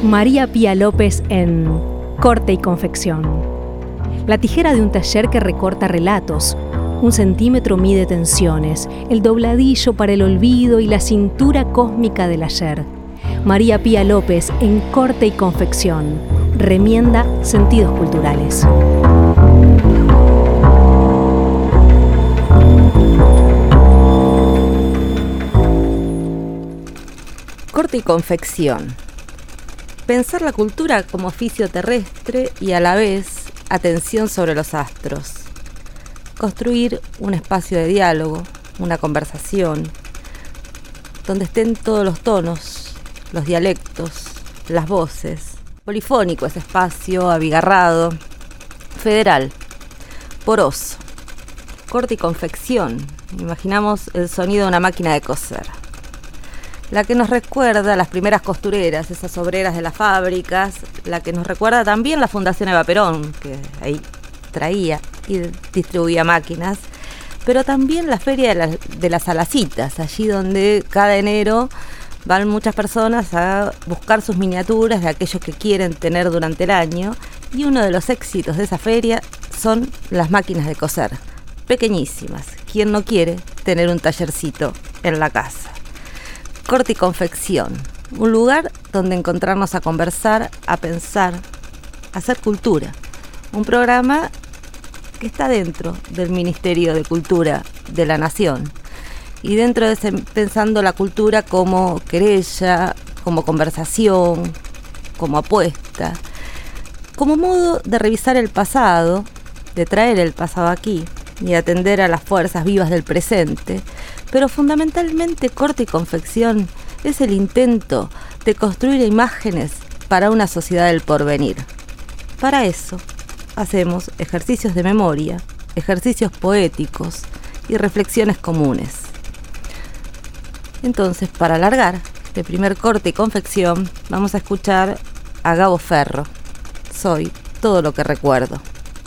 María Pía López en Corte y Confección. La tijera de un taller que recorta relatos. 1 centímetro mide tensiones, el dobladillo para el olvido y la cintura cósmica del ayer. María Pía López en Corte y Confección. Remienda sentidos culturales. Corte y confección. Pensar la cultura como oficio terrestre y a la vez atención sobre los astros. Construir un espacio de diálogo, una conversación, donde estén todos los tonos, los dialectos, las voces. Polifónico ese espacio, abigarrado, federal, poroso. Corte y confección. Imaginamos el sonido de una máquina de coser. La que nos recuerda a las primeras costureras, esas obreras de las fábricas, la que nos recuerda también la Fundación Eva Perón, que ahí traía y distribuía máquinas, pero también la Feria de las Alacitas, allí donde cada enero van muchas personas a buscar sus miniaturas de aquellos que quieren tener durante el año, y uno de los éxitos de esa feria son las máquinas de coser, pequeñísimas. ¿Quién no quiere tener un tallercito en la casa? Corte y confección, un lugar donde encontrarnos a conversar, a pensar, a hacer cultura. Un programa que está dentro del Ministerio de Cultura de la Nación y dentro de ese, pensando la cultura como querella, como conversación, como apuesta, como modo de revisar el pasado, de traer el pasado aquí y atender a las fuerzas vivas del presente. Pero fundamentalmente Corte y Confección es el intento de construir imágenes para una sociedad del porvenir. Para eso hacemos ejercicios de memoria, ejercicios poéticos y reflexiones comunes. Entonces, para alargar este primer Corte y Confección, vamos a escuchar a Gabo Ferro. Soy todo lo que recuerdo.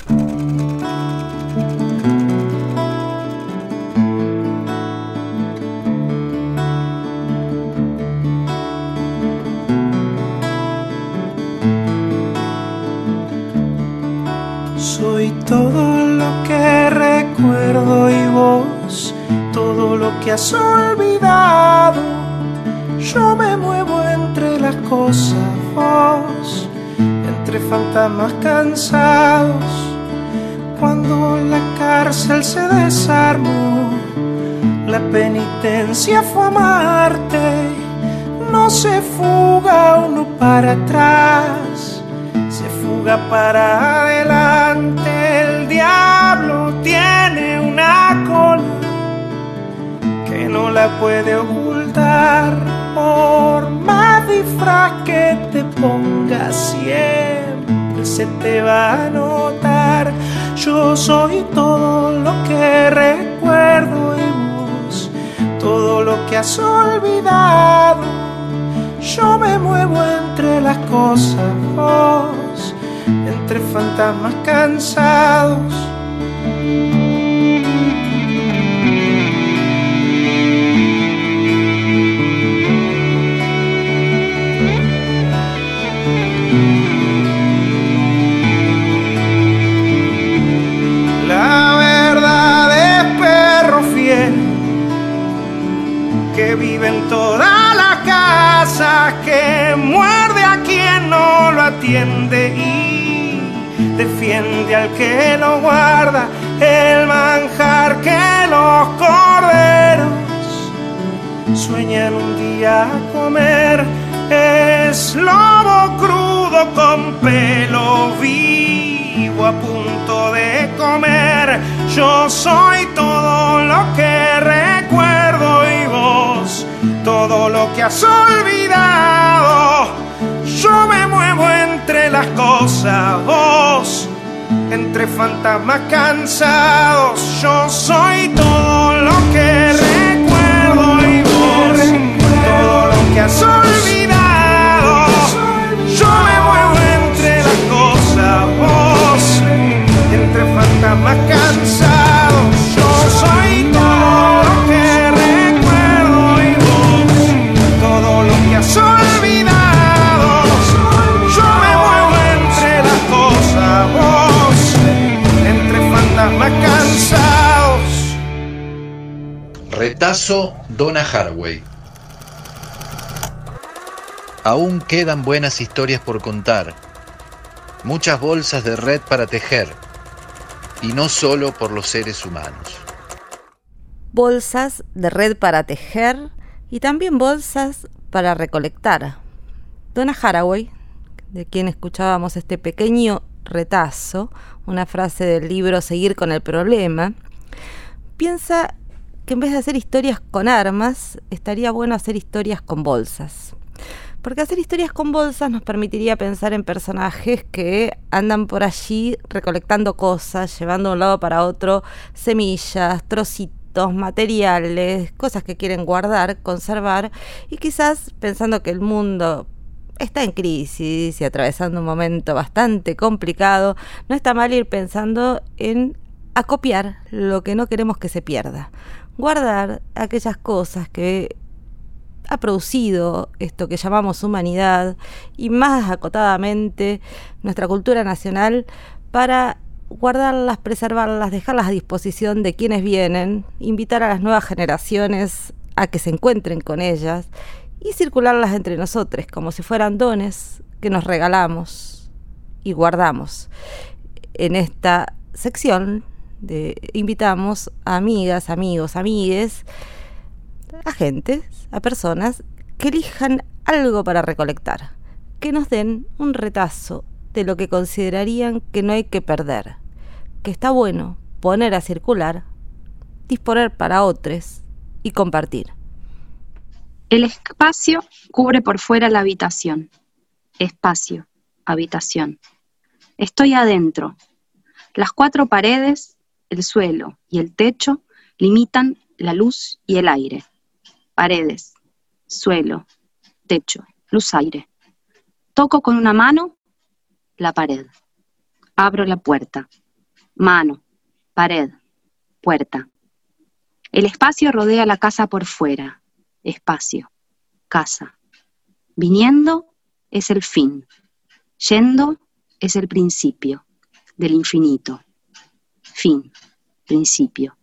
Soy todo lo que recuerdo y vos, todo lo que has olvidado. Yo me muevo entre las cosas, vos, entre fantasmas cansados. Cuando la cárcel se desarmó, la penitencia fue amarte. No se fuga uno para atrás, se fuga para adelante. El diablo tiene una cola que no la puede ocultar. Por más disfraz que te pongas, siempre se te va a notar. Yo soy todo lo que recuerdo y vos, todo lo que has olvidado. Yo me muevo entre las cosas, vos, entre fantasmas cansados. La verdad es perro fiel que vive en toda la casa, que muerde a quien no lo atiende y defiende al que lo guarda. El manjar que los corderos sueñan un día comer es lobo crudo con pelo vivo a punto de comer. Yo soy todo lo que recuerdo y vos, todo lo que has olvidado. Yo me muevo entre las cosas, vos, entre fantasmas cansados. Yo soy todo lo que recuerdo y vos, todo lo que has olvidado. Yo me muevo entre las cosas, vos, entre fantasmas cansados. Yo soy todo lo que recuerdo y vos, todo lo que has olvidado. Retazo Donna Haraway. Aún quedan buenas historias por contar, muchas bolsas de red para tejer, y no solo por los seres humanos. Bolsas de red para tejer y también bolsas para recolectar. Donna Haraway, de quien escuchábamos este pequeño retazo, una frase del libro Seguir con el problema, piensa que en vez de hacer historias con armas, estaría bueno hacer historias con bolsas. Porque hacer historias con bolsas nos permitiría pensar en personajes que andan por allí recolectando cosas, llevando de un lado para otro semillas, trocitos, materiales, cosas que quieren guardar, conservar, y quizás pensando que el mundo está en crisis y atravesando un momento bastante complicado, no está mal ir pensando en acopiar lo que no queremos que se pierda. Guardar aquellas cosas que ha producido esto que llamamos humanidad y más acotadamente nuestra cultura nacional, para guardarlas, preservarlas, dejarlas a disposición de quienes vienen, invitar a las nuevas generaciones a que se encuentren con ellas y circularlas entre nosotros como si fueran dones que nos regalamos y guardamos. En esta sección invitamos a amigas, amigos, amigues, a gentes, a personas que elijan algo para recolectar, que nos den un retazo de lo que considerarían que no hay que perder, que está bueno poner a circular, disponer para otros y compartir. El espacio cubre por fuera la habitación. Espacio, habitación. Estoy adentro. Las 4 paredes, el suelo y el techo limitan la luz y el aire. Paredes, suelo, techo, luz, aire. Toco con una mano la pared. Abro la puerta. Mano, pared, puerta. El espacio rodea la casa por fuera. Espacio, casa. Viniendo es el fin. Yendo es el principio del infinito. Fin, principio.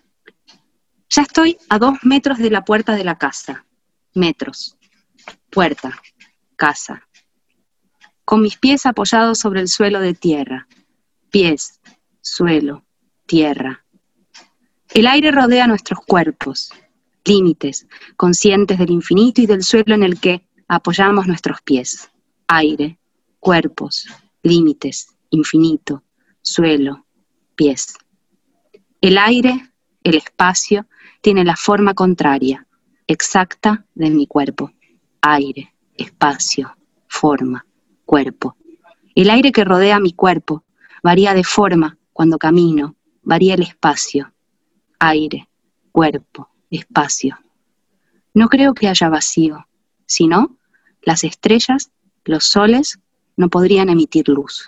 Ya estoy a 2 metros de la puerta de la casa. Metros. Puerta. Casa. Con mis pies apoyados sobre el suelo de tierra. Pies. Suelo. Tierra. El aire rodea nuestros cuerpos. Límites, conscientes del infinito y del suelo en el que apoyamos nuestros pies. Aire. Cuerpos. Límites. Infinito. Suelo. Pies. El aire, el espacio, tiene la forma contraria, exacta de mi cuerpo. Aire, espacio, forma, cuerpo. El aire que rodea mi cuerpo varía de forma cuando camino, varía el espacio. Aire, cuerpo, espacio. No creo que haya vacío, sino las estrellas, los soles, no podrían emitir luz.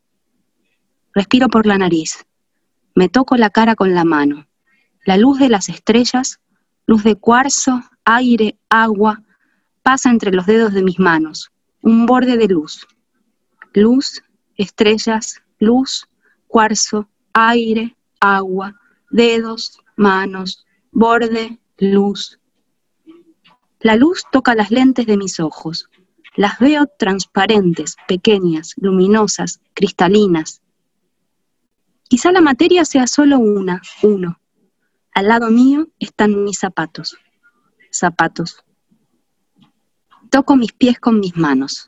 Respiro por la nariz. Me toco la cara con la mano. La luz de las estrellas, luz de cuarzo, aire, agua, pasa entre los dedos de mis manos. Un borde de luz. Luz, estrellas, luz, cuarzo, aire, agua, dedos, manos, borde, luz. La luz toca las lentes de mis ojos. Las veo transparentes, pequeñas, luminosas, cristalinas. Quizá la materia sea solo uno. Al lado mío están mis zapatos. Zapatos. Toco mis pies con mis manos.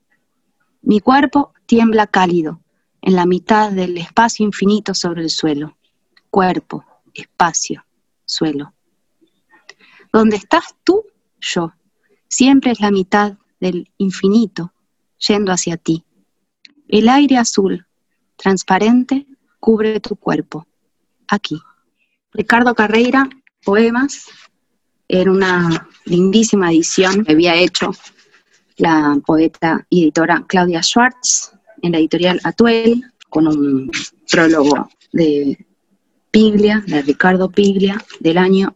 Mi cuerpo tiembla cálido, en la mitad del espacio infinito sobre el suelo. Cuerpo, espacio, suelo. Donde estás tú, yo. Siempre es la mitad del infinito, yendo hacia ti. El aire azul, transparente, cubre tu cuerpo. Aquí. Ricardo Carreira, poemas, en una lindísima edición que había hecho la poeta y editora Claudia Schwartz, en la editorial Atuel, con un prólogo de Piglia, de Ricardo Piglia, del año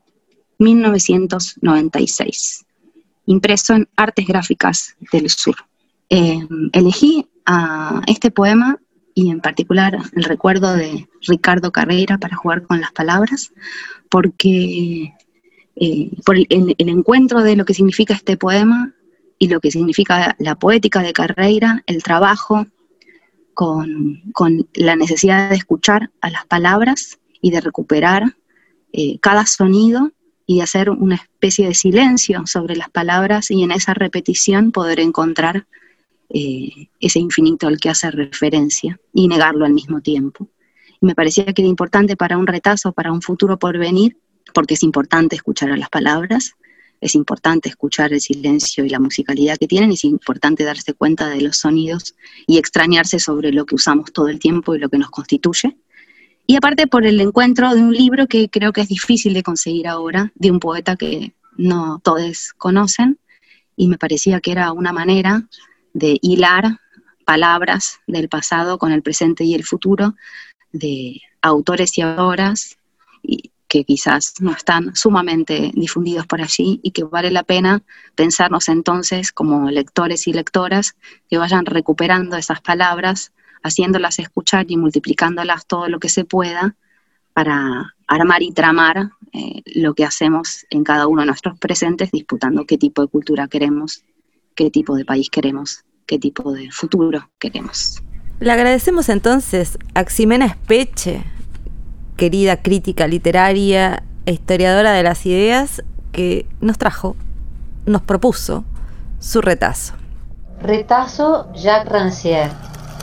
1996, impreso en Artes Gráficas del Sur. Elegí a este poema y en particular el recuerdo de Ricardo Carreira para jugar con las palabras, porque por el encuentro de lo que significa este poema y lo que significa la poética de Carreira, el trabajo con la necesidad de escuchar a las palabras y de recuperar cada sonido y de hacer una especie de silencio sobre las palabras y en esa repetición poder encontrar ese infinito al que hace referencia y negarlo al mismo tiempo. Y me parecía que era importante para un retazo, para un futuro por venir, porque es importante escuchar a las palabras, es importante escuchar el silencio y la musicalidad que tienen, es importante darse cuenta de los sonidos y extrañarse sobre lo que usamos todo el tiempo y lo que nos constituye. Y aparte por el encuentro de un libro que creo que es difícil de conseguir ahora, de un poeta que no todos conocen, y me parecía que era una manera de hilar palabras del pasado con el presente y el futuro, de autores y autoras que quizás no están sumamente difundidos por allí y que vale la pena pensarnos entonces como lectores y lectoras que vayan recuperando esas palabras, haciéndolas escuchar y multiplicándolas todo lo que se pueda para armar y tramar lo que hacemos en cada uno de nuestros presentes, disputando qué tipo de cultura queremos, qué tipo de país queremos, qué tipo de futuro queremos. Le agradecemos entonces a Ximena Espeche, querida crítica literaria e historiadora de las ideas, que nos propuso su retazo. Retazo Jacques Rancière.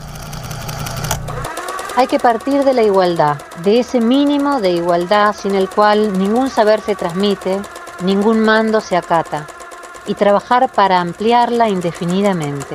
Hay que partir de la igualdad, de ese mínimo de igualdad sin el cual ningún saber se transmite, ningún mando se acata, y trabajar para ampliarla indefinidamente.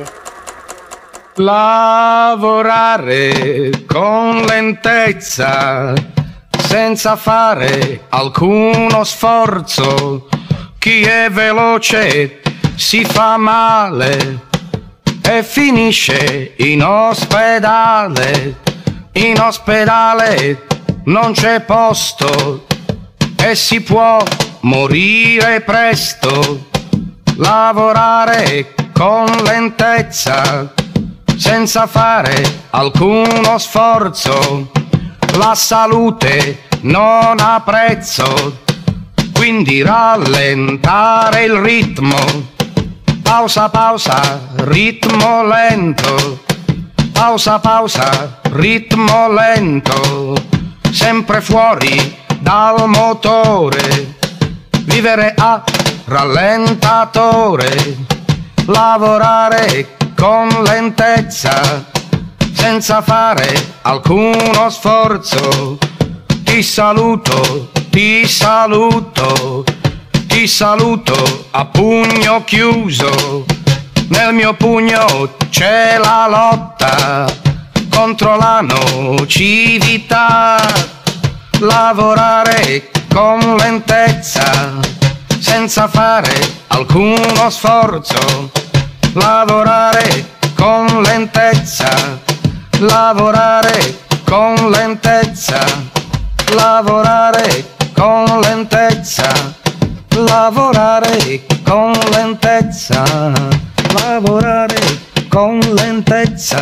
Lavorare con lentezza, senza fare alcuno sforzo. Chi è veloce si fa male e finisce in ospedale. In ospedale non c'è posto e si può morire presto. Lavorare con lentezza, senza fare alcuno sforzo. La salute non ha prezzo, quindi rallentare il ritmo. Pausa, pausa, ritmo lento. Pausa, pausa, ritmo lento. Sempre fuori dal motore. Vivere a rallentatore. Lavorare con lentezza, senza fare alcuno sforzo. Ti saluto, ti saluto, ti saluto a pugno chiuso. Nel mio pugno c'è la lotta contro la nocività. Lavorare con lentezza, senza fare alcuno sforzo. Lavorare con lentezza, lavorare con lentezza, lavorare con lentezza, lavorare con lentezza, lavorare con lentezza.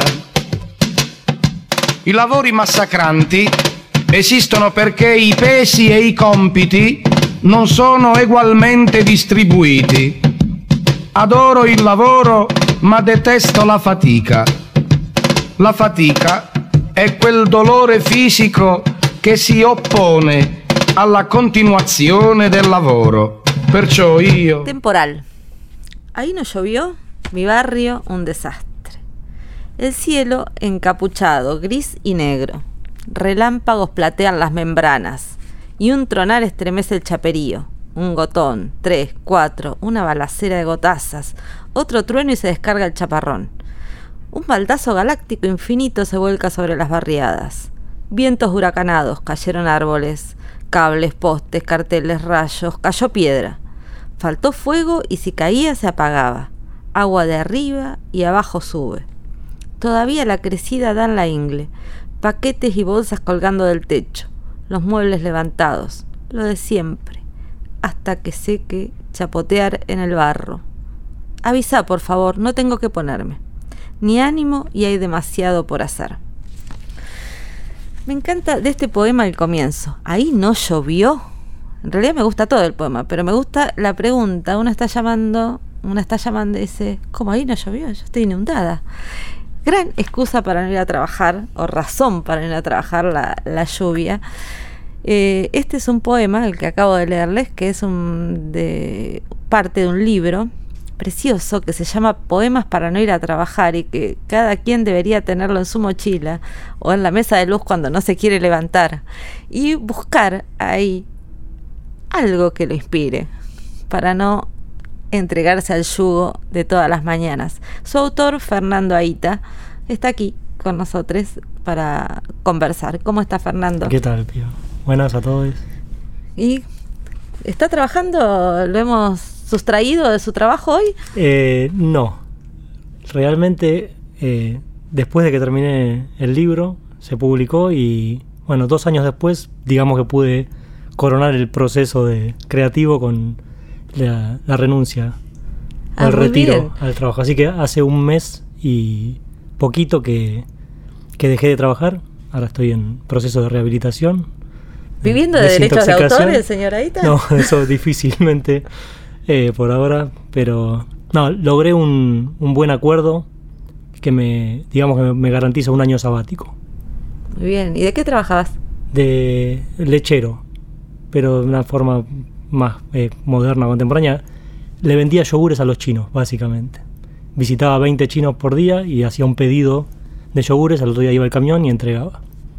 I lavori massacranti esistono perché i pesi e i compiti non sono ugualmente distribuiti. Adoro il lavoro, ma detesto la fatica. La fatica è quel dolore fisico che si oppone alla continuazione del lavoro. Perciò io... Temporal. Ahí no llovió, mi barrio un desastre. El cielo encapuchado, gris y negro. Relámpagos platean las membranas y un tronar estremece el chaperío. Un gotón, 3, 4, una balacera de gotazas, otro trueno y se descarga el chaparrón. Un baldazo galáctico infinito se vuelca sobre las barriadas. Vientos huracanados, cayeron árboles, cables, postes, carteles, rayos, cayó piedra. Faltó fuego y si caía se apagaba. Agua de arriba y abajo sube. Todavía la crecida da en la ingle, paquetes y bolsas colgando del techo, los muebles levantados, lo de siempre. Hasta que seque, chapotear en el barro. Avisa, por favor, no tengo que ponerme. Ni ánimo y hay demasiado por hacer. Me encanta de este poema el comienzo. Ahí no llovió. En realidad me gusta todo el poema, pero me gusta la pregunta. Una está llamando y dice, ¿cómo ahí no llovió? Yo estoy inundada. Gran excusa para no ir a trabajar, o razón para no ir a trabajar la lluvia. Este es un poema, el que acabo de leerles, que es parte de un libro precioso que se llama Poemas para no ir a trabajar, y que cada quien debería tenerlo en su mochila o en la mesa de luz cuando no se quiere levantar, y buscar ahí algo que lo inspire para no entregarse al yugo de todas las mañanas. Su autor, Fernando Aita, está aquí con nosotros para conversar. ¿Cómo está, Fernando? ¿Qué tal, Pío? Buenas a todos. ¿Y está trabajando? ¿Lo hemos sustraído de su trabajo hoy? No. Realmente, después de que terminé el libro, se publicó y, 2 años después, digamos que pude coronar el proceso creativo con la renuncia al retiro al trabajo. Así que hace un mes y poquito que dejé de trabajar. Ahora estoy en proceso de rehabilitación. ¿Viviendo de derechos de autor, señor Aita? No, eso difícilmente por ahora, pero no, logré un buen acuerdo que me garantiza un año sabático. Muy bien. ¿Y de qué trabajabas? De lechero, pero de una forma más moderna, contemporánea. Le vendía yogures a los chinos, básicamente. Visitaba 20 chinos por día y hacía un pedido de yogures, al otro día iba el camión y entregaba.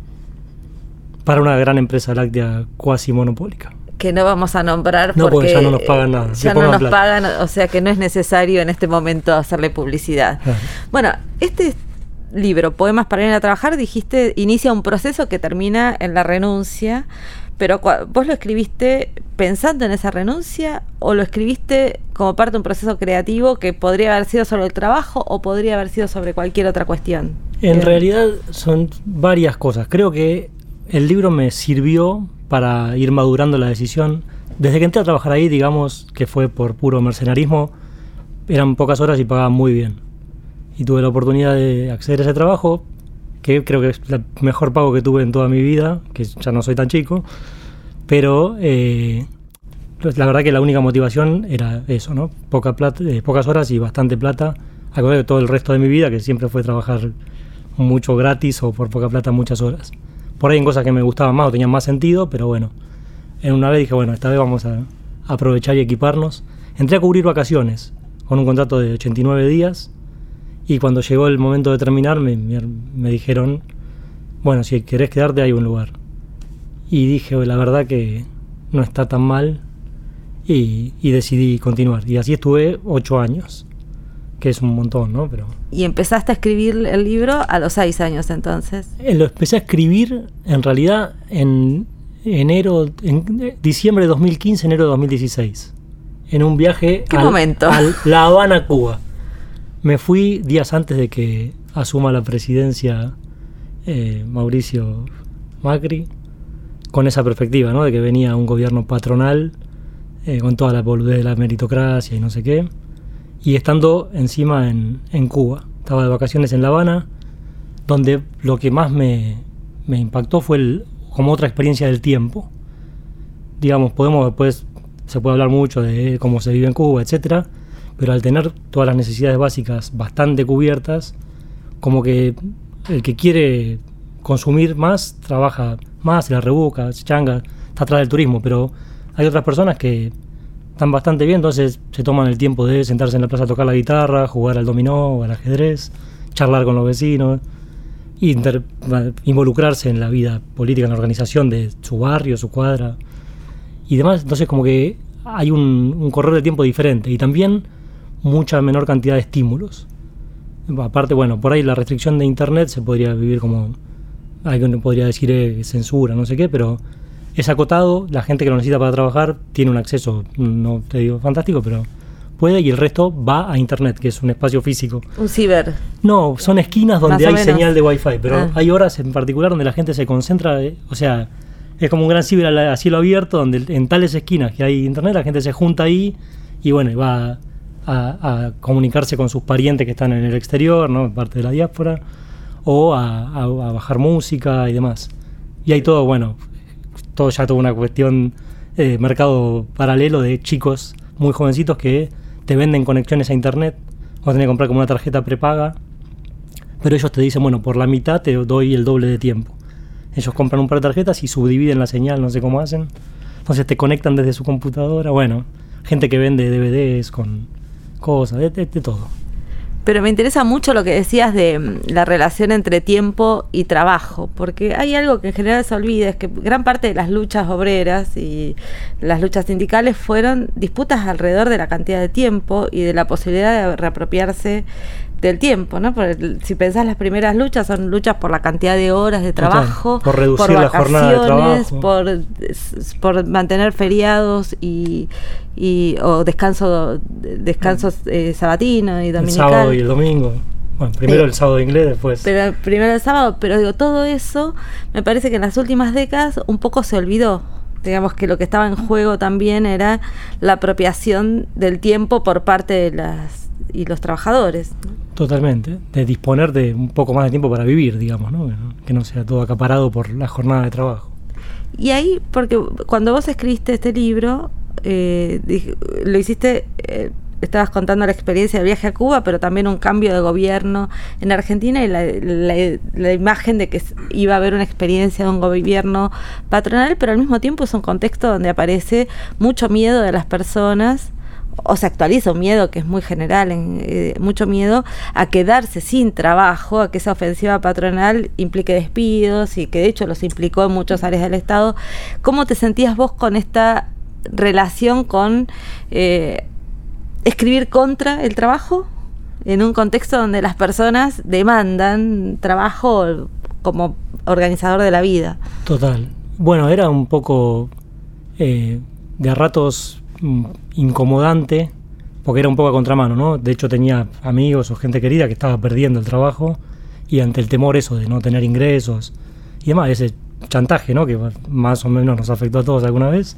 Para una gran empresa láctea cuasi monopólica. Que no vamos a nombrar porque ya no nos pagan nada. Ya no nos pagan, o sea que no es necesario en este momento hacerle publicidad. Claro. Bueno, este libro, Poemas para ir a trabajar, dijiste, inicia un proceso que termina en la renuncia, pero ¿vos lo escribiste pensando en esa renuncia o lo escribiste como parte de un proceso creativo que podría haber sido sobre el trabajo o podría haber sido sobre cualquier otra cuestión? En realidad son varias cosas. Creo que el libro me sirvió para ir madurando la decisión. Desde que entré a trabajar ahí, digamos que fue por puro mercenarismo, eran pocas horas y pagaban muy bien. Y tuve la oportunidad de acceder a ese trabajo, que creo que es el mejor pago que tuve en toda mi vida, que ya no soy tan chico, pero la verdad que la única motivación era eso, ¿no? Pocas horas y bastante plata, a causa de todo el resto de mi vida, que siempre fue trabajar mucho gratis o por poca plata muchas horas. Por ahí en cosas que me gustaban más o tenían más sentido, pero bueno, en una vez dije, esta vez vamos a aprovechar y equiparnos. Entré a cubrir vacaciones con un contrato de 89 días y cuando llegó el momento de terminar me dijeron, si querés quedarte hay un lugar. Y dije, la verdad que no está tan mal y decidí continuar. Y así estuve 8 años, que es un montón, ¿no? ¿Y empezaste a escribir el libro a los 6 años entonces? Lo empecé a escribir en realidad en diciembre de 2015, enero de 2016. En un viaje a La Habana, Cuba. Me fui días antes de que asuma la presidencia Mauricio Macri, con esa perspectiva, ¿no? De que venía un gobierno patronal con toda la boludez de la meritocracia y no sé qué. Y estando encima en Cuba. Estaba de vacaciones en La Habana, donde lo que más me impactó fue como otra experiencia del tiempo. Digamos, se puede hablar mucho de cómo se vive en Cuba, etcétera, pero al tener todas las necesidades básicas bastante cubiertas, como que el que quiere consumir más, trabaja más, se la rebusca, se changa, está atrás del turismo, pero hay otras personas que están bastante bien, entonces se toman el tiempo de sentarse en la plaza a tocar la guitarra, jugar al dominó o al ajedrez, charlar con los vecinos, involucrarse en la vida política, en la organización de su barrio, su cuadra y demás. Entonces como que hay un correr de tiempo diferente y también mucha menor cantidad de estímulos. Aparte, por ahí la restricción de internet se podría vivir como, alguien podría decir censura, no sé qué, pero es acotado, la gente que lo necesita para trabajar tiene un acceso, no te digo fantástico, pero puede, y el resto va a internet, que es un espacio físico. ¿Un ciber? No, son esquinas donde hay señal de wifi, pero hay horas en particular donde la gente se concentra, es como un gran ciber a cielo abierto, donde en tales esquinas que hay internet, la gente se junta ahí y va a comunicarse con sus parientes que están en el exterior, ¿no? Parte de la diáspora, o a bajar música y demás. Y hay todo, todo ya toda una cuestión mercado paralelo de chicos muy jovencitos que te venden conexiones a internet, vas a tener que comprar como una tarjeta prepaga, pero ellos te dicen, bueno, por la mitad te doy el doble de tiempo. Ellos compran un par de tarjetas y subdividen la señal, no sé cómo hacen. Entonces te conectan desde su computadora. Bueno, gente que vende DVDs con cosas, de todo. Pero me interesa mucho lo que decías de la relación entre tiempo y trabajo, porque hay algo que en general se olvida, es que gran parte de las luchas obreras y las luchas sindicales fueron disputas alrededor de la cantidad de tiempo y de la posibilidad de reapropiarse del tiempo, ¿no? Si pensás, las primeras luchas son luchas por la cantidad de horas de trabajo, por reducir por la jornada de trabajo, por mantener feriados o descansos sabatinos y dominicales. El sábado y el domingo. Bueno, primero el sábado inglés, después. Pero primero el sábado, pero digo, todo eso me parece que en las últimas décadas un poco se olvidó. Digamos que lo que estaba en juego también era la apropiación del tiempo por parte de los trabajadores, ¿no? Totalmente, de disponer de un poco más de tiempo para vivir, digamos, ¿no? Que no sea todo acaparado por la jornada de trabajo. Y ahí, porque cuando vos escribiste este libro, lo hiciste, estabas contando la experiencia del viaje a Cuba, pero también un cambio de gobierno en Argentina y la imagen de que iba a haber una experiencia de un gobierno patronal, pero al mismo tiempo es un contexto donde aparece mucho miedo de las personas, o se actualiza un miedo que es muy general, mucho miedo a quedarse sin trabajo, a que esa ofensiva patronal implique despidos y que de hecho los implicó en muchas áreas del Estado. ¿Cómo te sentías vos con esta relación con escribir contra el trabajo en un contexto donde las personas demandan trabajo como organizador de la vida? Total. Bueno, era un poco de a ratos incomodante, porque era un poco a contramano, ¿no? De hecho tenía amigos o gente querida que estaba perdiendo el trabajo y ante el temor eso de no tener ingresos y demás, ese chantaje, ¿no? Que más o menos nos afectó a todos alguna vez,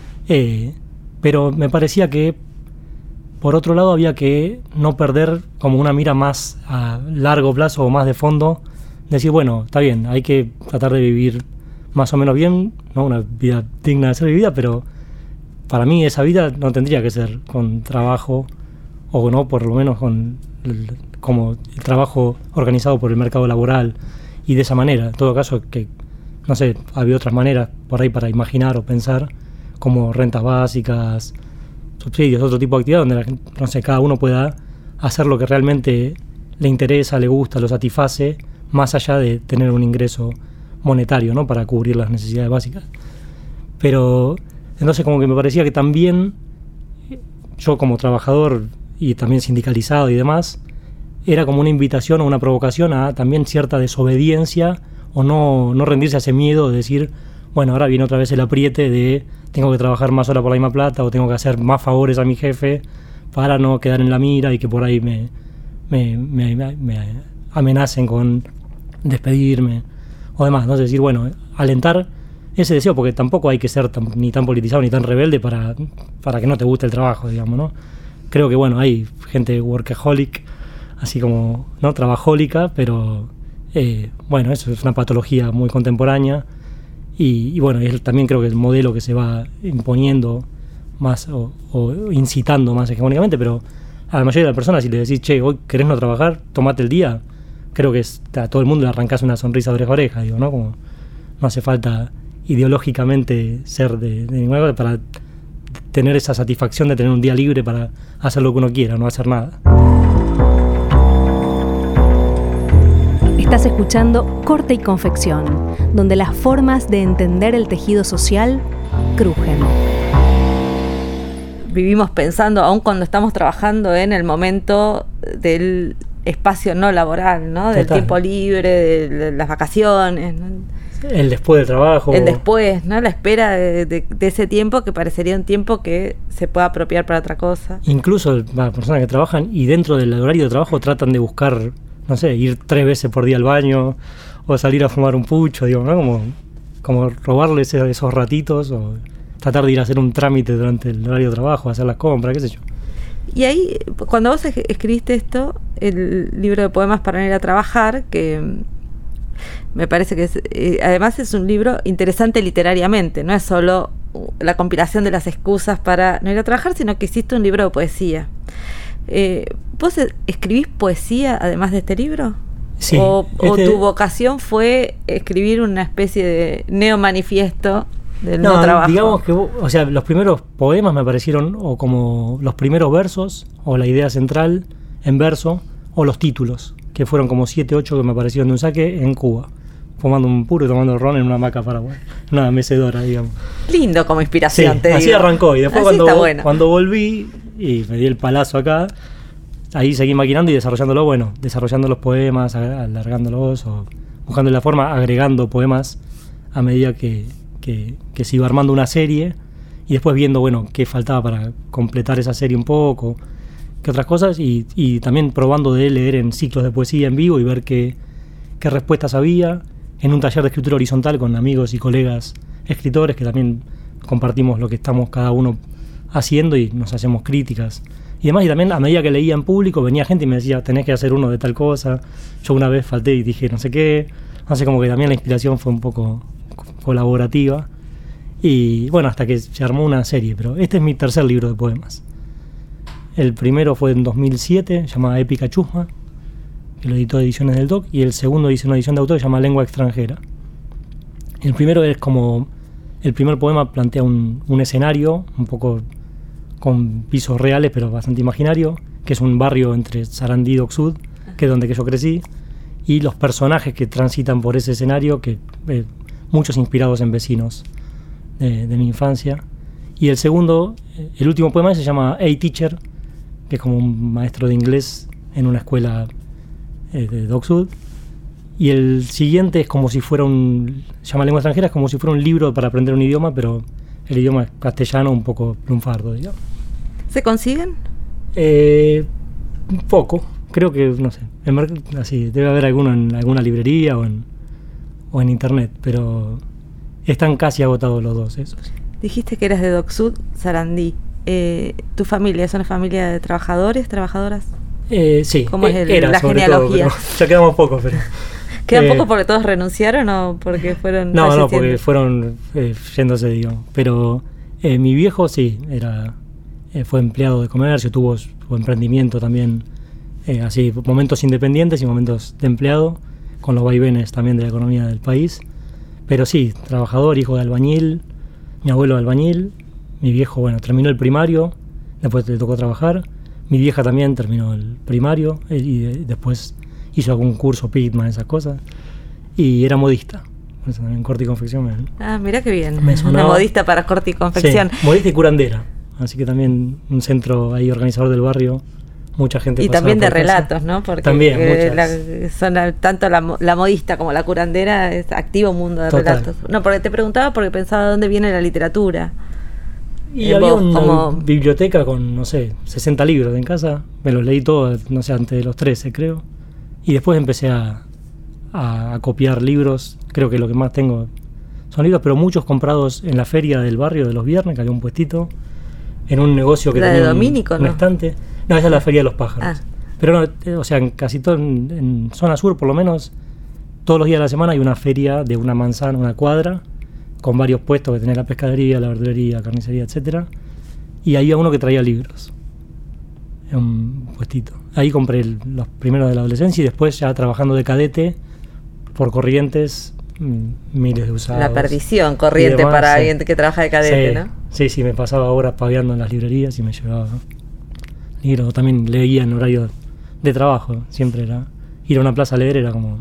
pero me parecía que por otro lado había que no perder como una mira más a largo plazo o más de fondo, decir, bueno, está bien, hay que tratar de vivir más o menos bien, ¿no? Una vida digna de ser vivida, pero para mí esa vida no tendría que ser con trabajo, o no, por lo menos con como el trabajo organizado por el mercado laboral y de esa manera. En todo caso, que no sé, había otras maneras por ahí para imaginar o pensar, como rentas básicas, subsidios, otro tipo de actividad donde no sé, cada uno pueda hacer lo que realmente le interesa, le gusta, lo satisface, más allá de tener un ingreso monetario, ¿no? Para cubrir las necesidades básicas. Pero entonces como que me parecía que también yo como trabajador y también sindicalizado y demás, era como una invitación o una provocación a también cierta desobediencia o no rendirse a ese miedo de decir, bueno, ahora viene otra vez el apriete de tengo que trabajar más horas por la misma plata o tengo que hacer más favores a mi jefe para no quedar en la mira y que por ahí me amenacen con despedirme o demás, ¿no? Es decir, bueno, alentar ese deseo, porque tampoco hay que ser ni tan politizado ni tan rebelde para que no te guste el trabajo, digamos, ¿no? Creo que, bueno, hay gente workaholic, así como, ¿no? Trabajólica, pero, bueno, eso es una patología muy contemporánea y bueno, también creo que es el modelo que se va imponiendo más o incitando más hegemónicamente, pero a la mayoría de las personas, si le decís, che, hoy querés no trabajar, tomate el día, creo que a todo el mundo le arrancás una sonrisa de oreja a oreja, digo, ¿no? Como no hace falta ideológicamente ser de ninguna cosa para tener esa satisfacción de tener un día libre para hacer lo que uno quiera, no hacer nada. Estás escuchando Corte y Confección, donde las formas de entender el tejido social crujen. Vivimos pensando, aun cuando estamos trabajando en el momento del espacio no laboral, ¿no? Del tiempo libre, de las vacaciones, ¿no? El después del trabajo. El después, ¿no? La espera de ese tiempo que parecería un tiempo que se pueda apropiar para otra cosa. Incluso las personas que trabajan y dentro del horario de trabajo tratan de buscar, no sé, ir 3 veces por día al baño o salir a fumar un pucho, digo, ¿no? Como robarle esos ratitos o tratar de ir a hacer un trámite durante el horario de trabajo, hacer las compras, qué sé yo. Y ahí, cuando vos escribiste esto, el libro de poemas para ir a trabajar, que me parece que además es un libro interesante literariamente, no es solo la compilación de las excusas para no ir a trabajar, sino que hiciste un libro de poesía. ¿Vos escribís poesía además de este libro? Sí. ¿O tu vocación fue escribir una especie de neomanifiesto del no trabajo? Digamos que, o sea, los primeros poemas me parecieron o como los primeros versos, o la idea central en verso, o los títulos, que fueron como 7, 8 que me aparecieron de un saque en Cuba, fumando un puro y tomando ron en una hamaca paraguaya, una mecedora, digamos. Lindo como inspiración, sí, te así digo. arrancó, y después así cuando volví y me di el palazo acá, ahí seguí maquinando y desarrollando los poemas, alargándolos o buscando la forma, agregando poemas a medida que se iba armando una serie, y después viendo, bueno, qué faltaba para completar esa serie un poco, qué otras cosas, y también probando de leer en ciclos de poesía en vivo y ver qué respuestas había, en un taller de escritura horizontal con amigos y colegas escritores que también compartimos lo que estamos cada uno haciendo y nos hacemos críticas y demás. Y también a medida que leía en público venía gente y me decía, tenés que hacer uno de tal cosa. Yo una vez falté y dije no sé qué, como que también la inspiración fue un poco colaborativa, y bueno, hasta que se armó una serie. Pero este es mi tercer libro de poemas. El primero fue en 2007, se llama Épica Chusma, que lo editó Ediciones del Doc, y el segundo hice una edición de autor que se llama Lengua Extranjera. El primero es como, el primer poema plantea un escenario un poco con pisos reales pero bastante imaginario, que es un barrio entre Sarandí y Dock Sud, que es donde que yo crecí, y los personajes que transitan por ese escenario, que muchos inspirados en vecinos de mi infancia. Y el segundo, el último poema se llama A Teacher, que es como un maestro de inglés en una escuela de Dock Sud. Y el siguiente es como si fuera se llama Lengua Extranjera, es como si fuera un libro para aprender un idioma, pero el idioma es castellano, un poco lunfardo, digamos. ¿Se consiguen? Poco, creo que, no sé, así, debe haber alguno en alguna librería o en internet, pero están casi agotados los dos esos. Dijiste que eras de Dock Sud, Sarandí. ¿Tu familia es una familia de trabajadores, trabajadoras? Sí, ¿Cómo es era, la genealogía? Todo, ya quedamos pocos, pero... ¿Quedan pocos porque todos renunciaron o porque fueron No, porque fueron yéndose, digamos. Pero mi viejo sí, fue empleado de comercio, tuvo su emprendimiento también, así, momentos independientes y momentos de empleado, con los vaivenes también de la economía del país. Pero sí, trabajador, hijo de albañil, mi abuelo albañil, mi viejo, bueno, terminó el primario, después le tocó trabajar. Mi vieja también terminó el primario y después hizo algún curso Pitman, esas cosas, y era modista en corte y confección. Mirá qué bien, me sonaba, una modista para corte y confección. Sí, modista y curandera, así que también un centro ahí organizador del barrio, mucha gente. Y también de relatos, ¿no? Porque también, tanto la modista como la curandera es activo mundo de total. Relatos. No, porque te preguntaba porque pensaba de dónde viene la literatura. Y había una biblioteca con, no sé, 60 libros en casa, me los leí todos, no sé, antes de los 13 creo, y después empecé a copiar libros. Creo que lo que más tengo son libros, pero muchos comprados en la feria del barrio de los viernes, que había un puestito, en un negocio que tenía un estante. No, esa es la Feria de los Pájaros. Pero no, o sea, en casi todo, en zona sur por lo menos, todos los días de la semana hay una feria de una manzana, una cuadra, con varios puestos que tenés la pescadería, la verdulería, carnicería, etcétera. Y había uno que traía libros, en un puestito. Ahí compré los primeros de la adolescencia y después ya trabajando de cadete por Corrientes, miles de usados. La perdición, Corrientes demás, para alguien que trabaja de cadete, sí, ¿no? Sí, me pasaba horas paviando en las librerías y me llevaba libros. También leía en horario de trabajo, siempre era ir a una plaza a leer, era como,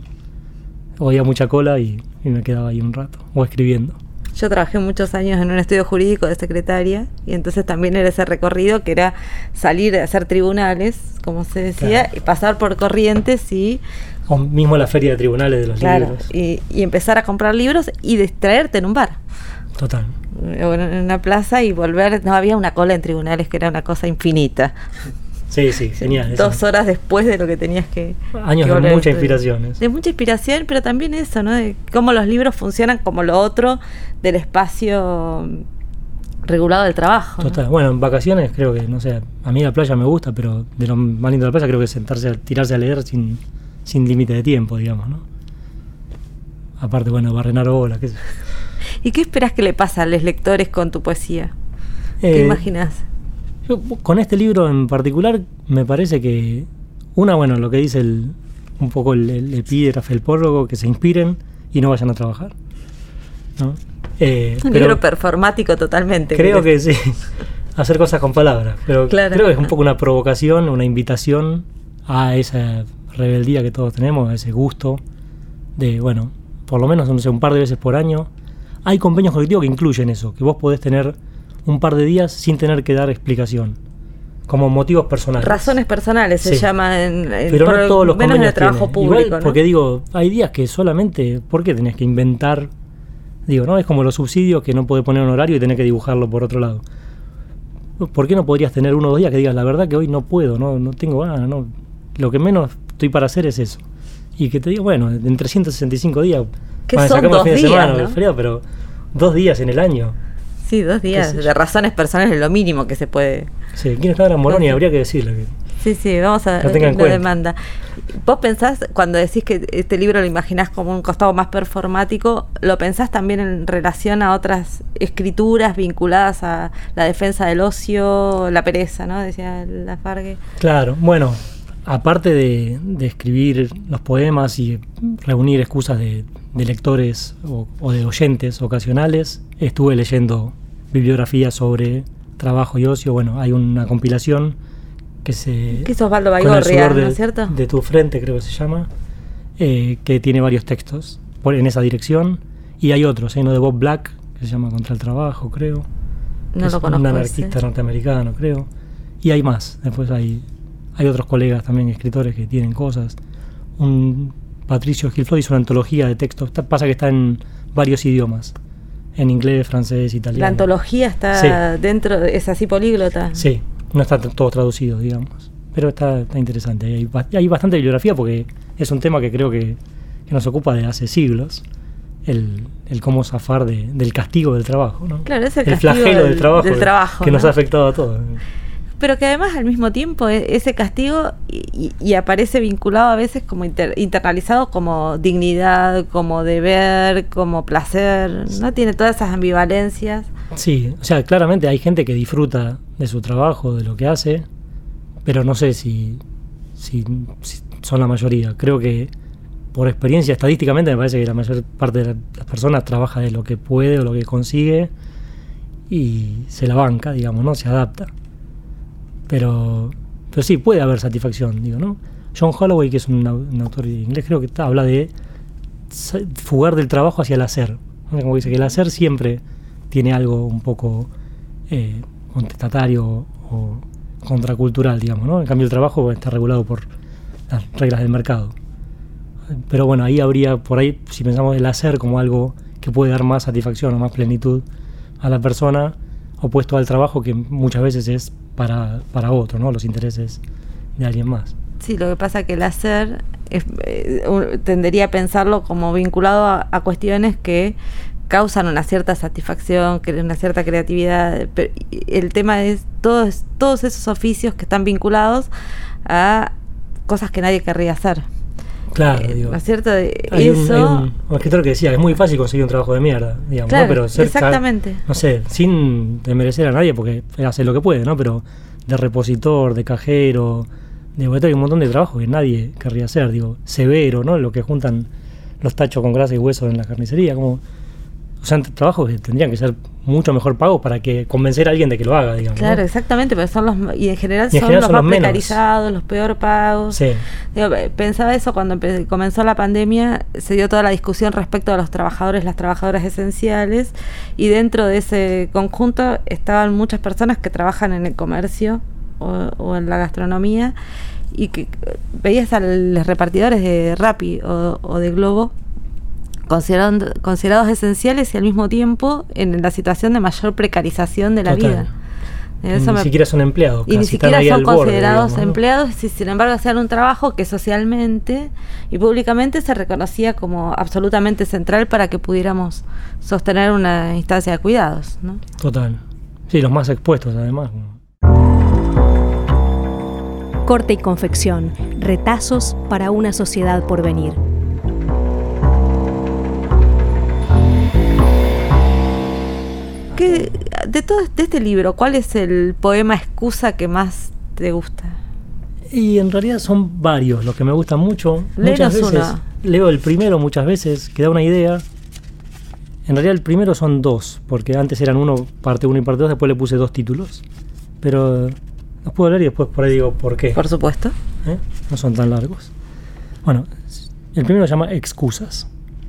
oía mucha cola y me quedaba ahí un rato, o escribiendo. Yo trabajé muchos años en un estudio jurídico de secretaria y entonces también era ese recorrido que era salir a hacer tribunales, como se decía, claro, y pasar por Corrientes y... O mismo la feria de tribunales de los libros. Y empezar a comprar libros y distraerte en un bar. Total. O en una plaza y volver, no había una cola en tribunales que era una cosa infinita. Sí, genial. 2 horas después de lo que tenías que... Años de mucha inspiración. De mucha inspiración, pero también eso, ¿no? De cómo los libros funcionan como lo otro del espacio regulado del trabajo. Total. ¿No? Bueno, en vacaciones creo que, no sé, a mí la playa me gusta, pero de lo más lindo de la playa creo que es tirarse a leer sin límite de tiempo, digamos, ¿no? Aparte, bueno, barrenar olas, qué sé yo. ¿Y qué esperás que le pasa a los lectores con tu poesía? ¿Qué imaginás? Yo, con este libro en particular, me parece que lo que dice un poco el epígrafe, el prólogo, que se inspiren y no vayan a trabajar, ¿no? Un libro performático totalmente. Creo que sí, hacer cosas con palabras, pero claro. Creo que es un poco una provocación, una invitación a esa rebeldía que todos tenemos, a ese gusto de, por lo menos, un par de veces por año. Hay convenios colectivos que incluyen eso, que vos podés tener un par de días sin tener que dar explicación, como motivos personales. Razones personales se llama pero no todos los menos en el trabajo tienen. público. Igual, porque hay días que solamente, ¿por qué tenés que inventar? ¿No? Es como los subsidios que no podés poner un horario y tenés que dibujarlo por otro lado. ¿Por qué no podrías tener 1 o 2 días que digas, la verdad que hoy no puedo, no tengo ganas, no? Lo que menos estoy para hacer es eso. Y que te diga, en 365 días, que son 2 días, semana, ¿no? Feriado, pero 2 días en el año. Sí, 2 días de razones personales es lo mínimo que se puede. Sí, ¿quién está ahora en Moroni? Habría que decirle. Sí, vamos a ver la demanda. ¿Vos pensás, cuando decís que este libro lo imaginás como un costado más performático, lo pensás también en relación a otras escrituras vinculadas a la defensa del ocio, la pereza, ¿no? Decía Lafargue. Claro, aparte de escribir los poemas y reunir excusas de lectores o de oyentes ocasionales, estuve leyendo bibliografías sobre trabajo y ocio. Hay una compilación que es Osvaldo Baigorria, ¿no es cierto? De tu frente, creo que se llama, que tiene varios textos en esa dirección, y hay otros, hay uno de Bob Black que se llama Contra el Trabajo, creo. No lo conozco. Un anarquista norteamericano, creo. Y hay más, después hay otros colegas también, escritores, que tienen cosas. Un Patricio Gilflot hizo una antología de textos, pasa que está en varios idiomas, en inglés, francés, italiano. ¿La antología está dentro, es así políglota? Sí, no está todo traducido, digamos, pero está interesante. Hay bastante bibliografía porque es un tema que creo que nos ocupa de hace siglos, el cómo zafar del castigo del trabajo, ¿no? Claro, es el flagelo del trabajo, que ¿no? nos ha afectado a todos. Pero que además al mismo tiempo ese castigo y aparece vinculado a veces como internalizado como dignidad, como deber, como placer, ¿no? Tiene todas esas ambivalencias. Sí, claramente hay gente que disfruta de su trabajo, de lo que hace, pero no sé si son la mayoría. Creo que por experiencia, estadísticamente, me parece que la mayor parte de las personas trabaja de lo que puede o lo que consigue y se la banca, digamos, ¿no? Se adapta. Pero sí, puede haber satisfacción, ¿no? John Holloway, que es un autor inglés, creo que habla de fugar del trabajo hacia el hacer. Como dice que el hacer siempre tiene algo un poco contestatario o contracultural, digamos, ¿no? En cambio el trabajo está regulado por las reglas del mercado. Pero ahí habría, por ahí, si pensamos el hacer como algo que puede dar más satisfacción o más plenitud a la persona, opuesto al trabajo que muchas veces es para otro, ¿no? Los intereses de alguien más. Sí, lo que pasa es que el hacer tendería a pensarlo como vinculado a cuestiones que causan una cierta satisfacción, una cierta creatividad. Pero el tema es todos esos oficios que están vinculados a cosas que nadie querría hacer. Claro, ¿no es cierto? Hay un escritor que decía que es muy fácil conseguir un trabajo de mierda, digamos, claro, ¿no? Pero exactamente. No sé, sin desmerecer a nadie, porque hace lo que puede, ¿no? Pero de repositor, de cajero, hay un montón de trabajo que nadie querría hacer, severo, ¿no? Lo que juntan los tachos con grasa y hueso en la carnicería, trabajos que tendrían que ser mucho mejor pagos para que convencer a alguien de que lo haga, digamos. Claro, ¿no? Exactamente, pero son en general son los más precarizados, los peor pagos. Sí. Pensaba eso cuando comenzó la pandemia, se dio toda la discusión respecto a los trabajadores, las trabajadoras esenciales, y dentro de ese conjunto estaban muchas personas que trabajan en el comercio o en la gastronomía, y que veías a los repartidores de Rappi o de Globo considerados esenciales y al mismo tiempo en la situación de mayor precarización de la vida. Ni siquiera son empleados. Y ni siquiera son considerados borde, empleados, y sin embargo hacían un trabajo que socialmente y públicamente se reconocía como absolutamente central para que pudiéramos sostener una instancia de cuidados, ¿no? Total. Sí, los más expuestos además. Corte y confección, retazos para una sociedad por venir. De todo este libro, ¿cuál es el poema excusa que más te gusta? Y en realidad son varios los que me gustan mucho. Léenos Muchas veces uno. leo el primero muchas veces, que da una idea. En realidad el primero son dos, porque antes eran parte 1 y parte 2, después le puse 2 títulos. Pero los puedo leer y después por ahí digo por qué. Por supuesto. No son tan largos. Bueno, el primero se llama Excusas.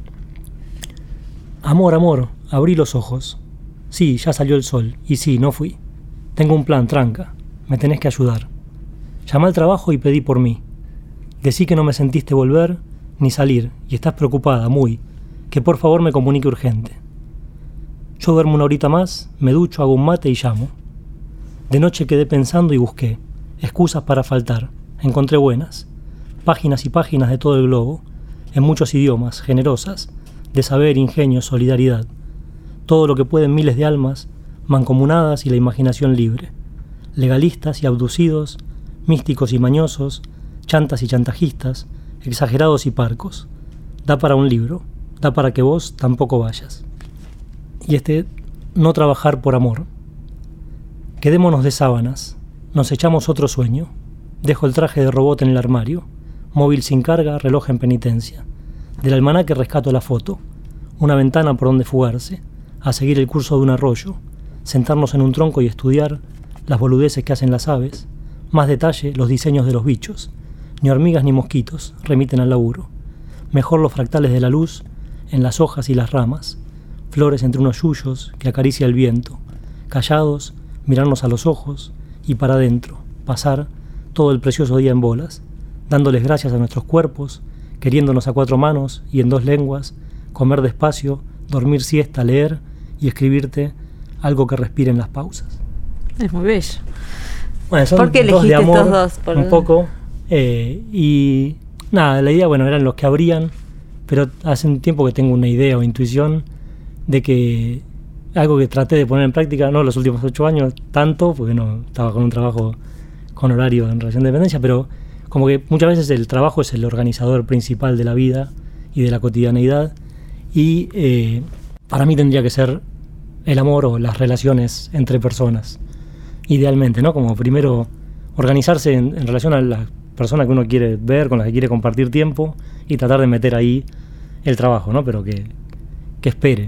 Amor, amor, abrí los ojos. Sí, ya salió el sol, y sí, no fui. Tengo un plan, tranca. Me tenés que ayudar. Llamé al trabajo y pedí por mí. Decí que no me sentiste volver ni salir, y estás preocupada, muy. Que por favor me comunique urgente. Yo duermo una horita más, me ducho, hago un mate y llamo. De noche quedé pensando y busqué excusas para faltar. Encontré buenas. Páginas y páginas de todo el globo, en muchos idiomas, generosas, de saber, ingenio, solidaridad. Todo lo que pueden miles de almas, mancomunadas y la imaginación libre. Legalistas y abducidos, místicos y mañosos, chantas y chantajistas, exagerados y parcos. Da para un libro, da para que vos tampoco vayas. Y no trabajar por amor. Quedémonos de sábanas, nos echamos otro sueño. Dejo el traje de robot en el armario, móvil sin carga, reloj en penitencia. Del almanaque rescato la foto, una ventana por donde fugarse, a seguir el curso de un arroyo, sentarnos en un tronco y estudiar las boludeces que hacen las aves, más detalle los diseños de los bichos, ni hormigas ni mosquitos remiten al laburo, mejor los fractales de la luz en las hojas y las ramas, flores entre unos yuyos que acaricia el viento, callados, mirarnos a los ojos y para adentro, pasar todo el precioso día en bolas, dándoles gracias a nuestros cuerpos, queriéndonos a 4 manos y en 2 lenguas, comer despacio, dormir siesta, leer y escribirte algo que respire en las pausas. Es muy bello. Bueno, son ¿Por qué 2 de elegiste amor, estos 2? un poco. Y nada, la idea, eran los que abrían, pero hace un tiempo que tengo una idea o intuición de que algo que traté de poner en práctica, no los últimos 8 años tanto, porque no estaba con un trabajo con horario en relación de dependencia, pero como que muchas veces el trabajo es el organizador principal de la vida y de la cotidianeidad, y para mí tendría que ser el amor o las relaciones entre personas, idealmente, ¿no? Como primero organizarse en relación a las personas que uno quiere ver, con las que quiere compartir tiempo, y tratar de meter ahí el trabajo, ¿no? Pero que espere.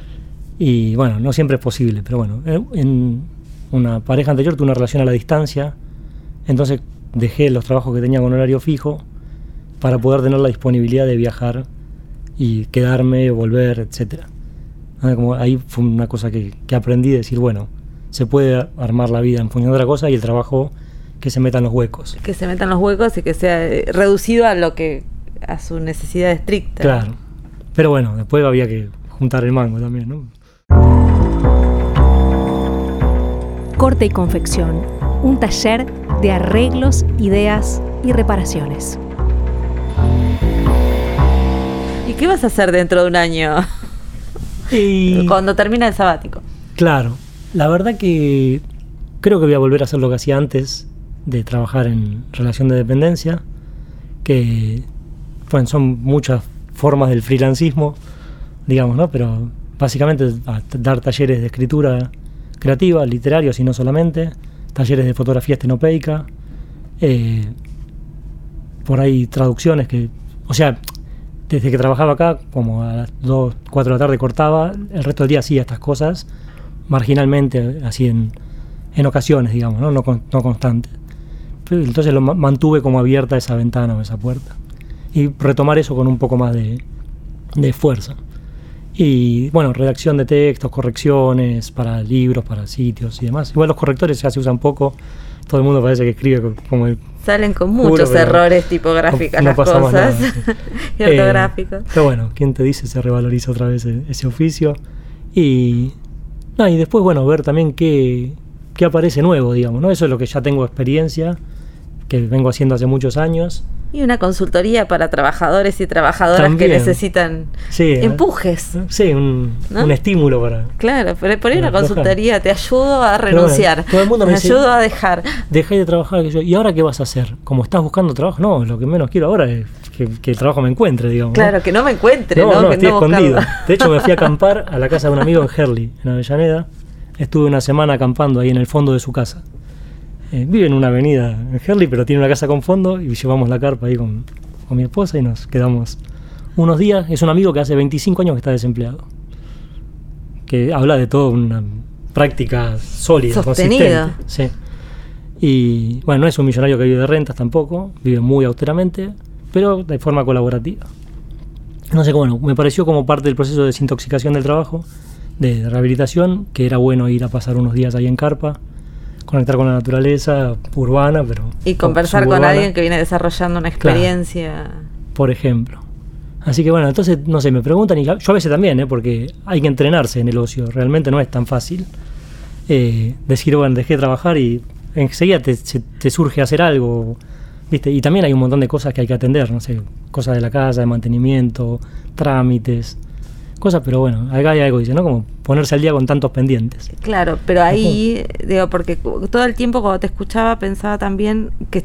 Y bueno, no siempre es posible, pero bueno, en una pareja anterior tuve una relación a la distancia, entonces dejé los trabajos que tenía con horario fijo para poder tener la disponibilidad de viajar y quedarme, volver, etcétera. Como ahí fue una cosa que aprendí de decir, bueno, se puede armar la vida en función de otra cosa y el trabajo que se meta en los huecos. Que se metan los huecos y que sea reducido a su necesidad estricta. Claro. Pero bueno, después había que juntar el mango también, ¿no? Corte y confección, un taller de arreglos, ideas y reparaciones. ¿Y qué vas a hacer dentro de un año? Cuando termina el sabático. Claro, la verdad que creo que voy a volver a hacer lo que hacía antes de trabajar en relación de dependencia, que bueno, son muchas formas del freelancismo, digamos, ¿no? Pero básicamente dar talleres de escritura creativa, literarios y no solamente, talleres de fotografía estenopeica, por ahí traducciones desde que trabajaba acá, como a las 2, 4 de la tarde cortaba, el resto del día hacía estas cosas marginalmente, así en ocasiones, digamos, no constante. Entonces lo mantuve como abierta esa ventana o esa puerta. Y retomar eso con un poco más de fuerza. Y bueno, redacción de textos, correcciones para libros, para sitios y demás. Igual los correctores ya se usan poco. Todo el mundo parece que escribe como el... Salen con muchos errores tipográficos las cosas y ortográficos. Pero bueno, ¿quién te dice? Se revaloriza otra vez ese oficio. Y después, bueno, ver también qué aparece nuevo, digamos, ¿no? Eso es lo que ya tengo experiencia, que vengo haciendo hace muchos años. Y una consultoría para trabajadores y trabajadoras también, que necesitan empujes. Sí, un estímulo para... Claro, pero por ahí una consultoría, te ayudo a renunciar, bueno, todo el mundo me dice, ayudo a dejar. Dejé de trabajar, ¿y ahora qué vas a hacer? Como estás buscando trabajo, no, lo que menos quiero ahora es que el trabajo me encuentre, digamos. Claro, ¿no? Que no me encuentre, ¿no? Que estoy escondido. De hecho, me fui a acampar a la casa de un amigo en Herli, en Avellaneda, Estuve una semana acampando ahí en el fondo de su casa. Vive en una avenida en Herli, pero tiene una casa con fondo y llevamos la carpa ahí con mi esposa y nos quedamos unos días. Es un amigo que hace 25 años que está desempleado, que habla de todo, una práctica sólida, sostenida. Consistente. Sí. Y bueno, no es un millonario que vive de rentas tampoco, vive muy austeramente, pero de forma colaborativa. No sé, bueno, me pareció como parte del proceso de desintoxicación del trabajo, de rehabilitación, que era bueno ir a pasar unos días ahí en carpa, conectar con la naturaleza urbana, pero... Y conversar con alguien que viene desarrollando una experiencia. Claro, por ejemplo. Así que bueno, entonces, no sé, me preguntan, y yo a veces también, porque hay que entrenarse en el ocio, realmente no es tan fácil decir, bueno, dejé de trabajar y enseguida te surge hacer algo, ¿viste? Y también hay un montón de cosas que hay que atender, no sé, cosas de la casa, de mantenimiento, trámites, cosas, pero bueno, acá hay algo, dice, ¿no? Como ponerse al día con tantos pendientes. Claro, pero ahí, digo, porque todo el tiempo cuando te escuchaba pensaba también que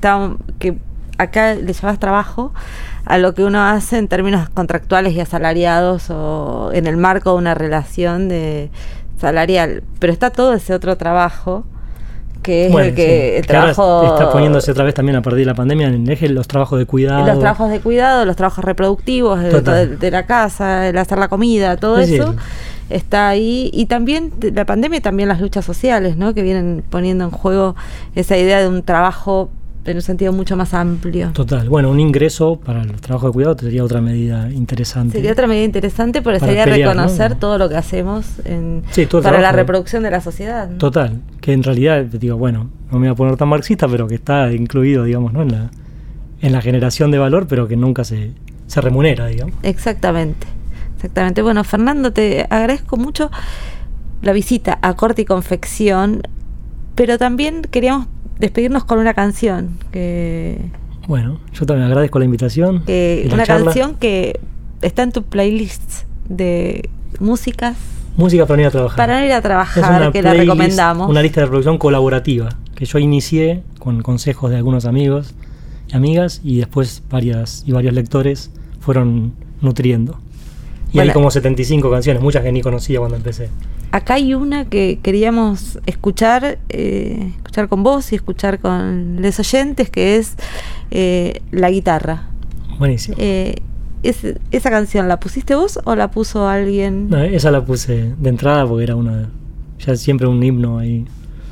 acá le llevas trabajo a lo que uno hace en términos contractuales y asalariados o en el marco de una relación de salarial, pero está todo ese otro trabajo que es el que el trabajo ahora está poniéndose otra vez también a partir de la pandemia en el eje los trabajos de cuidado. Los trabajos de cuidado, los trabajos reproductivos de la casa, el hacer la comida, todo eso está ahí. Y también la pandemia y también las luchas sociales, ¿no? Que vienen poniendo en juego esa idea de un trabajo en un sentido mucho más amplio. Total. Bueno, un ingreso para los trabajos de cuidado sería otra medida interesante. Sería otra medida interesante, pero sería pelear, reconocer, ¿no?, todo lo que hacemos para la reproducción de la sociedad, ¿no? Total. Que en realidad, digo, bueno, no me voy a poner tan marxista, pero que está incluido, digamos, ¿no?, en la generación de valor, pero que nunca se remunera, digamos. Exactamente. Bueno, Fernando, te agradezco mucho la visita a Corte y Confección, pero también queríamos despedirnos con una canción que... Bueno, yo también agradezco la invitación. Una canción que está en tu playlist de música para ir a trabajar. Para ir a trabajar, que la recomendamos. Una lista de reproducción colaborativa que yo inicié con consejos de algunos amigos y amigas, y después varios lectores fueron nutriendo. Y hay como 75 canciones, muchas que ni conocía cuando empecé. Acá hay una que queríamos escuchar con vos y escuchar con los oyentes, que es La Guitarra. Buenísimo. ¿Esa canción la pusiste vos o la puso alguien? No, esa la puse de entrada porque era ya siempre un himno ahí.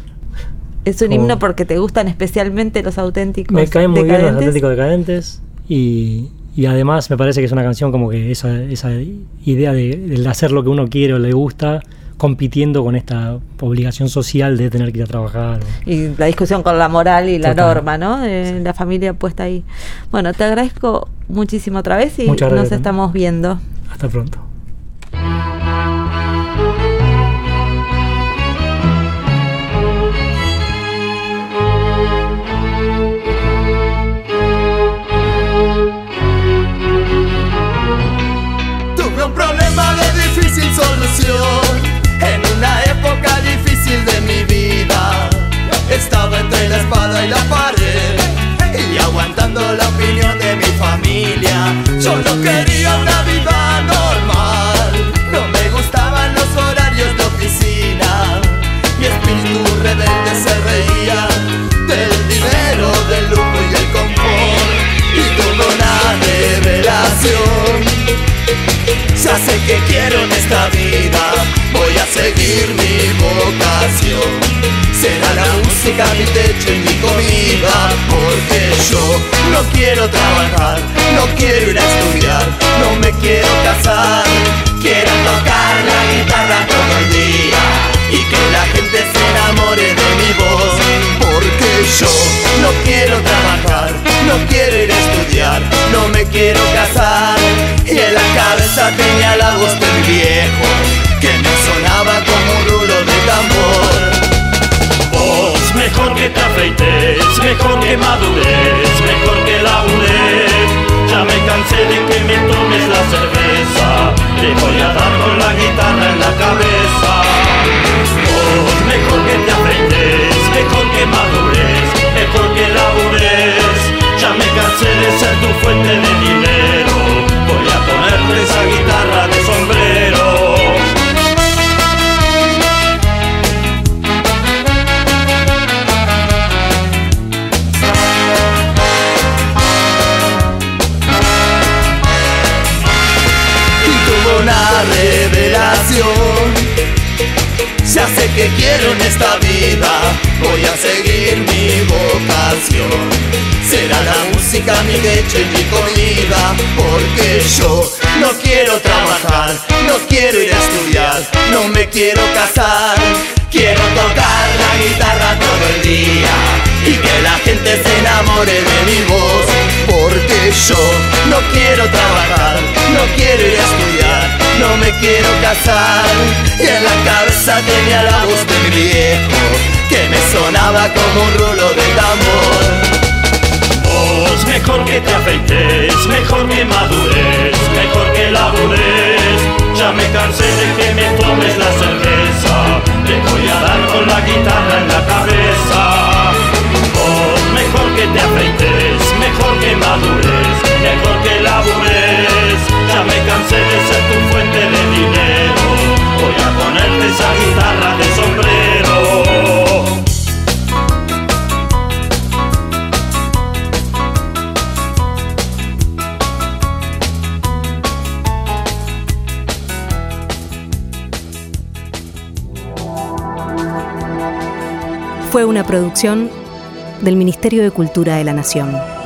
Es un himno porque te gustan especialmente los auténticos decadentes. Me caen muy bien los auténticos decadentes y además me parece que es una canción como que esa idea de hacer lo que uno quiere o le gusta, compitiendo con esta obligación social de tener que ir a trabajar. Y la discusión con la moral y la norma, ¿no? De la familia puesta ahí. Bueno, te agradezco muchísimo otra vez y nos estamos viendo. Hasta pronto. Tuve un problema de difícil solución en una época difícil de mi vida. Estaba entre la espada y la pared y aguantando la opinión de mi familia. Yo no quería una vida normal, no me gustaban los horarios de oficina. Mi espíritu rebelde se reía del dinero, del lujo y el confort, y tuve una revelación. Ya sé que quiero en esta vida, voy a seguir mi vocación. Será la música mi techo y mi comida, porque yo no quiero trabajar, no quiero ir a estudiar, no me quiero casar. Quiero tocar la guitarra todo el día y que la gente se enamore de mi voz, porque yo no quiero trabajar, no quiero ir a estudiar, no me quiero casar. Y en la cabeza tenía la voz del viejo que me sonaba como un rulo de tambor. Vos, mejor que te afeites, mejor que madures, mejor que labures. Ya me cansé de que me tomes la cerveza, te voy a dar con la guitarra en la cabeza. Vos, mejor que te afeites, mejor que madures, mejor que labures. Ya me cansé de ser tu fuente de dinero, voy a ponerte esa guitarra de sombrero. Ya sé que quiero en esta vida, voy a seguir mi vocación. Será la música mi techo y mi comida, porque yo no quiero trabajar, no quiero ir a estudiar, no me quiero casar. Quiero tocar la guitarra todo el día y que la gente se enamore de mi voz, porque yo no quiero trabajar, no quiero ir a estudiar, no me quiero casar. Y en la cabeza tenía la voz de mi viejo, que me sonaba como un rulo de tambor. Vos mejor que te afeites, mejor que madures, mejor que labures. Ya me cansé de que me tomes la cerveza, te voy a dar con la guitarra en la cabeza. Vos mejor que te afeites, mejor que madures, mejor que labures. Ya me cansé de ser tu fuente de dinero, voy a ponerte esa guitarra de sombrero. Fue una producción del Ministerio de Cultura de la Nación.